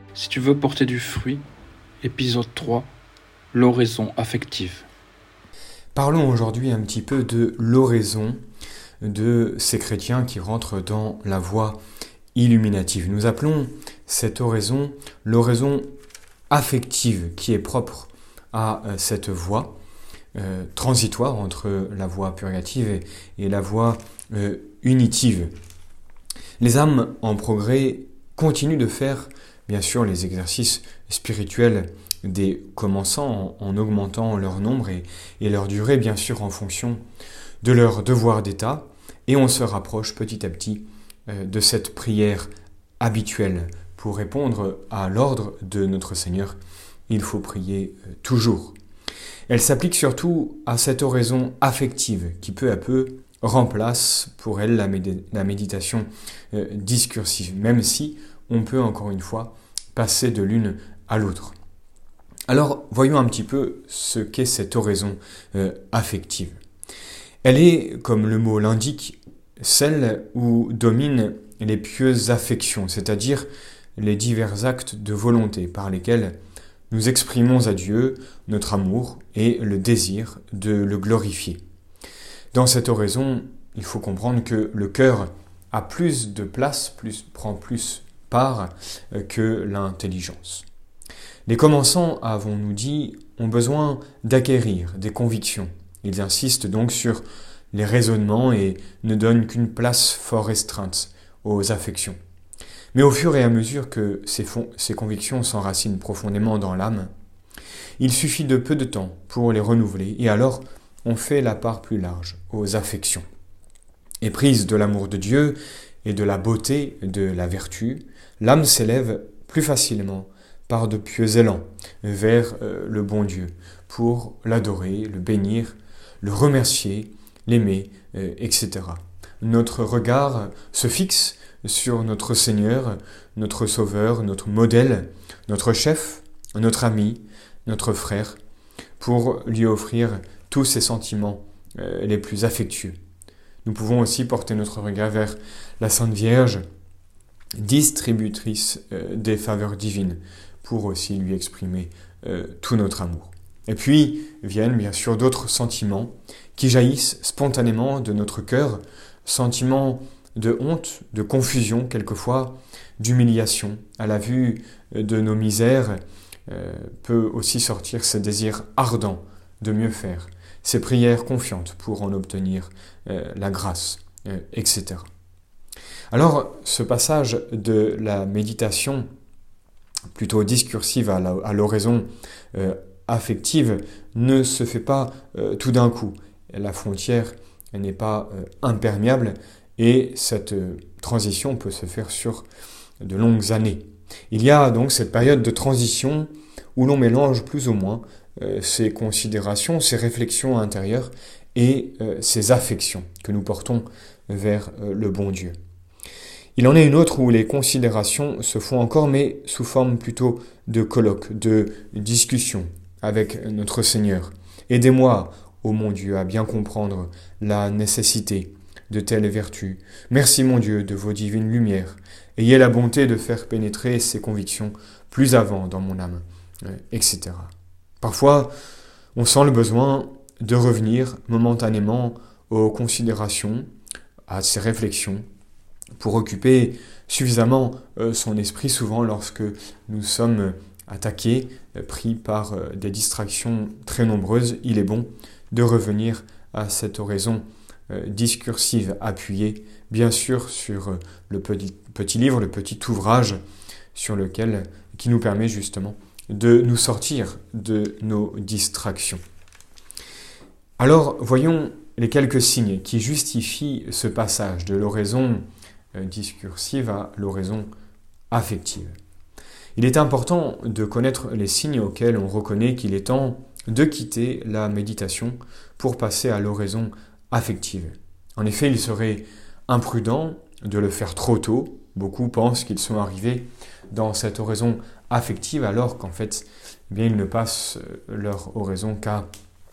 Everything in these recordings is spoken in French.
Si tu veux porter du fruit, épisode 3, l'oraison affective. Parlons aujourd'hui un petit peu de l'oraison de ces chrétiens qui rentrent dans la voie illuminative. Nous appelons cette oraison l'oraison affective qui est propre à cette voie transitoire entre la voie purgative et la voie unitive. Les âmes en progrès continuent de faire bien sûr les exercices spirituels des commençants en augmentant leur nombre et leur durée bien sûr en fonction de leur devoir d'état, et on se rapproche petit à petit de cette prière habituelle. Pour répondre à l'ordre de notre Seigneur, il faut prier toujours. Elle s'applique surtout à cette oraison affective qui peu à peu remplace pour elle la méditation discursive, même si on peut encore une fois passer de l'une à l'autre. Alors voyons un petit peu ce qu'est cette oraison affective. Elle est, comme le mot l'indique, celle où dominent les pieuses affections, c'est-à-dire les divers actes de volonté par lesquels nous exprimons à Dieu notre amour et le désir de le glorifier. Dans cette oraison, il faut comprendre que le cœur a plus de place, prend plus part que l'intelligence. Les commençants, avons-nous dit, ont besoin d'acquérir des convictions. Ils insistent donc sur les raisonnements et ne donnent qu'une place fort restreinte aux affections. Mais au fur et à mesure que ces convictions s'enracinent profondément dans l'âme, il suffit de peu de temps pour les renouveler, et alors on fait la part plus large aux affections. Éprise de l'amour de Dieu et de la beauté de la vertu, l'âme s'élève plus facilement par de pieux élans vers le bon Dieu pour l'adorer, le bénir, le remercier, l'aimer, etc. Notre regard se fixe sur notre Seigneur, notre Sauveur, notre modèle, notre chef, notre ami, notre frère, pour lui offrir tous ses sentiments les plus affectueux. Nous pouvons aussi porter notre regard vers la Sainte Vierge, distributrice des faveurs divines, pour aussi lui exprimer tout notre amour. Et puis viennent bien sûr d'autres sentiments qui jaillissent spontanément de notre cœur, sentiments de honte, de confusion quelquefois, d'humiliation. À la vue de nos misères peut aussi sortir ce désir ardent de mieux faire, ces prières confiantes pour en obtenir la grâce, etc. Alors ce passage de la méditation plutôt discursive à l'oraison affective ne se fait pas tout d'un coup. La frontière n'est pas imperméable et cette transition peut se faire sur de longues années. Il y a donc cette période de transition où l'on mélange plus ou moins ces considérations, ces réflexions intérieures et ces affections que nous portons vers le bon Dieu. Il en est une autre où les considérations se font encore, mais sous forme plutôt de colloque, de discussion avec notre Seigneur. Aidez-moi, ô mon Dieu, à bien comprendre la nécessité de telles vertus. Merci, mon Dieu, de vos divines lumières. Ayez la bonté de faire pénétrer ces convictions plus avant dans mon âme, etc. Parfois, on sent le besoin de revenir momentanément aux considérations, à ces réflexions, pour occuper suffisamment son esprit, souvent lorsque nous sommes attaqués, pris par des distractions très nombreuses. Il est bon de revenir à cette oraison discursive appuyée, bien sûr, sur le petit livre, le petit ouvrage qui nous permet justement de nous sortir de nos distractions. Alors, voyons les quelques signes qui justifient ce passage de l'oraison discursive à l'oraison affective. Il est important de connaître les signes auxquels on reconnaît qu'il est temps de quitter la méditation pour passer à l'oraison affective. En effet, il serait imprudent de le faire trop tôt. Beaucoup pensent qu'ils sont arrivés dans cette oraison affective alors qu'en fait, ils ne passent leur oraison qu'un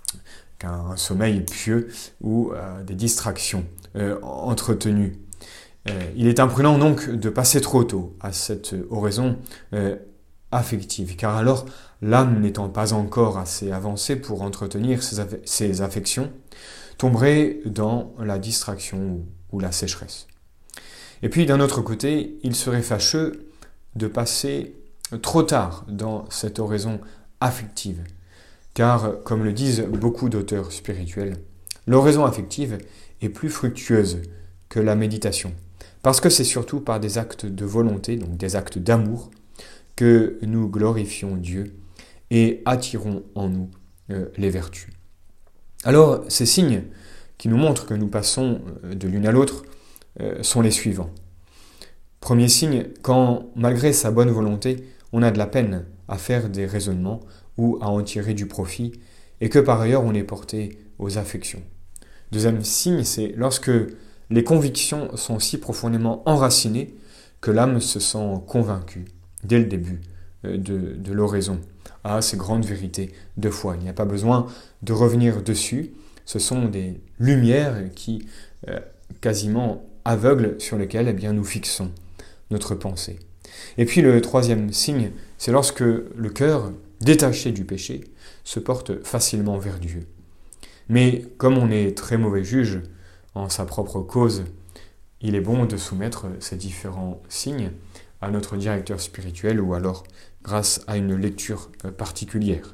sommeil pieux ou des distractions entretenues. Il est imprudent donc de passer trop tôt à cette oraison affective, car alors l'âme n'étant pas encore assez avancée pour entretenir ses affections, tomberait dans la distraction ou la sécheresse. Et puis d'un autre côté, il serait fâcheux de passer trop tard dans cette oraison affective, car comme le disent beaucoup d'auteurs spirituels, l'oraison affective est plus fructueuse que la méditation, parce que c'est surtout par des actes de volonté, donc des actes d'amour, que nous glorifions Dieu et attirons en nous les vertus. Alors, ces signes qui nous montrent que nous passons de l'une à l'autre sont les suivants. Premier signe, quand, malgré sa bonne volonté, on a de la peine à faire des raisonnements ou à en tirer du profit, et que par ailleurs on est porté aux affections. Deuxième signe, c'est lorsque les convictions sont si profondément enracinées que l'âme se sent convaincue, dès le début de l'oraison, à ces grandes vérités de foi. Il n'y a pas besoin de revenir dessus. Ce sont des lumières qui, quasiment aveugles, sur lesquelles nous fixons notre pensée. Et puis le troisième signe, c'est lorsque le cœur, détaché du péché, se porte facilement vers Dieu. Mais comme on est très mauvais juge en sa propre cause, il est bon de soumettre ces différents signes à notre directeur spirituel ou alors grâce à une lecture particulière.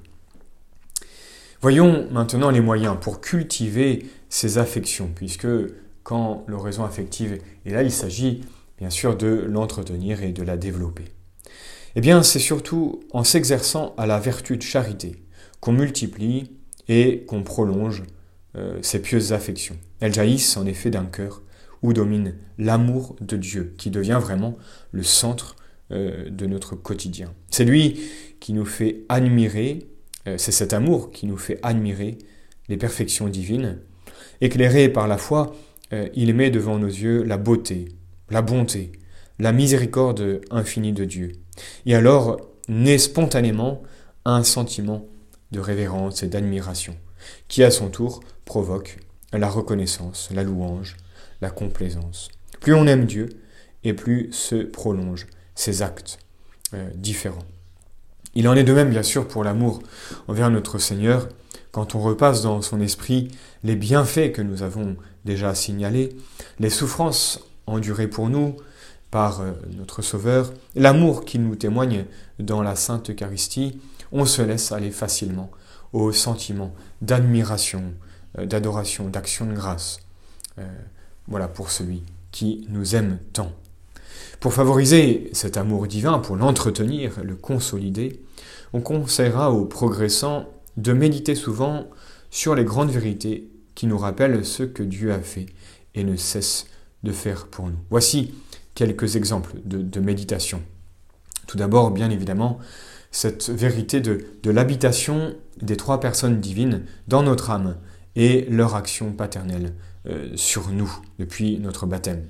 Voyons maintenant les moyens pour cultiver ces affections, puisque quand l'oraison affective est là, il s'agit bien sûr de l'entretenir et de la développer. Eh bien, c'est surtout en s'exerçant à la vertu de charité qu'on multiplie et qu'on prolonge ces pieuses affections. Elles jaillissent en effet d'un cœur où domine l'amour de Dieu, qui devient vraiment le centre de notre quotidien. C'est lui qui nous fait admirer, c'est cet amour qui nous fait admirer les perfections divines. Éclairé par la foi, il met devant nos yeux la beauté, la bonté, la miséricorde infinie de Dieu. Et alors naît spontanément un sentiment de révérence et d'admiration, qui à son tour provoque la reconnaissance, la louange, la complaisance. Plus on aime Dieu, et plus se prolongent ces actes différents. Il en est de même, bien sûr, pour l'amour envers notre Seigneur. Quand on repasse dans son esprit les bienfaits que nous avons déjà signalés, les souffrances endurées pour nous par notre Sauveur, l'amour qu'il nous témoigne dans la Sainte Eucharistie, on se laisse aller facilement au sentiment d'admiration, d'adoration, d'action de grâce. Voilà pour celui qui nous aime tant. Pour favoriser cet amour divin, pour l'entretenir, le consolider, on conseillera aux progressants de méditer souvent sur les grandes vérités qui nous rappellent ce que Dieu a fait et ne cesse de faire pour nous. Voici quelques exemples de méditation. Tout d'abord, bien évidemment, cette vérité de l'habitation des trois personnes divines dans notre âme et leur action paternelle sur nous depuis notre baptême.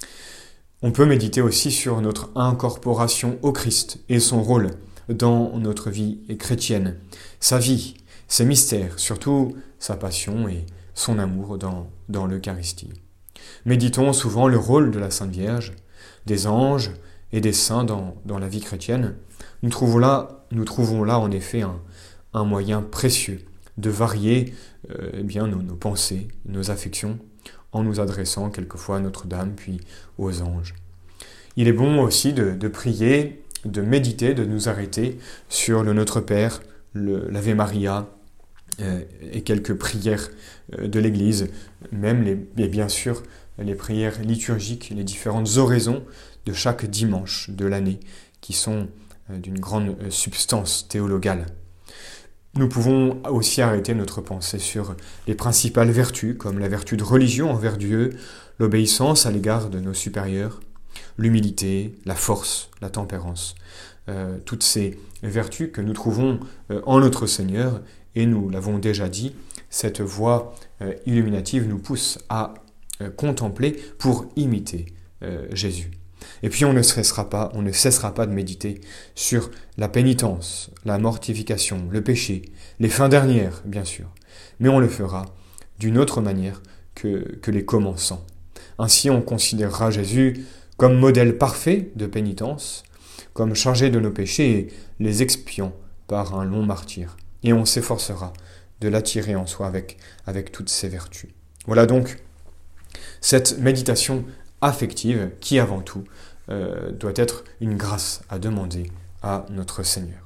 On peut méditer aussi sur notre incorporation au Christ et son rôle dans notre vie chrétienne, sa vie, ses mystères, surtout sa passion et son amour dans l'Eucharistie. Méditons souvent le rôle de la Sainte Vierge, des anges et des saints dans la vie chrétienne. Nous trouvons là en effet un moyen précieux de varier nos pensées, nos affections, en nous adressant quelquefois à Notre-Dame, puis aux anges. Il est bon aussi de prier, de méditer, de nous arrêter sur le Notre Père, l'Ave Maria et quelques prières de l'Église, et bien sûr les prières liturgiques, les différentes oraisons de chaque dimanche de l'année, qui sont d'une grande substance théologale. Nous pouvons aussi arrêter notre pensée sur les principales vertus, comme la vertu de religion envers Dieu, l'obéissance à l'égard de nos supérieurs, l'humilité, la force, la tempérance. Toutes ces vertus que nous trouvons en notre Seigneur, et nous l'avons déjà dit, cette voie illuminative nous pousse à contempler pour imiter Jésus. Et puis on ne cessera pas de méditer sur la pénitence, la mortification, le péché, les fins dernières, bien sûr. Mais on le fera d'une autre manière que les commençants. Ainsi, on considérera Jésus comme modèle parfait de pénitence, comme chargés de nos péchés et les expiant par un long martyre. Et on s'efforcera de l'attirer en soi avec toutes ses vertus. Voilà donc cette méditation affective qui, avant tout, doit être une grâce à demander à notre Seigneur.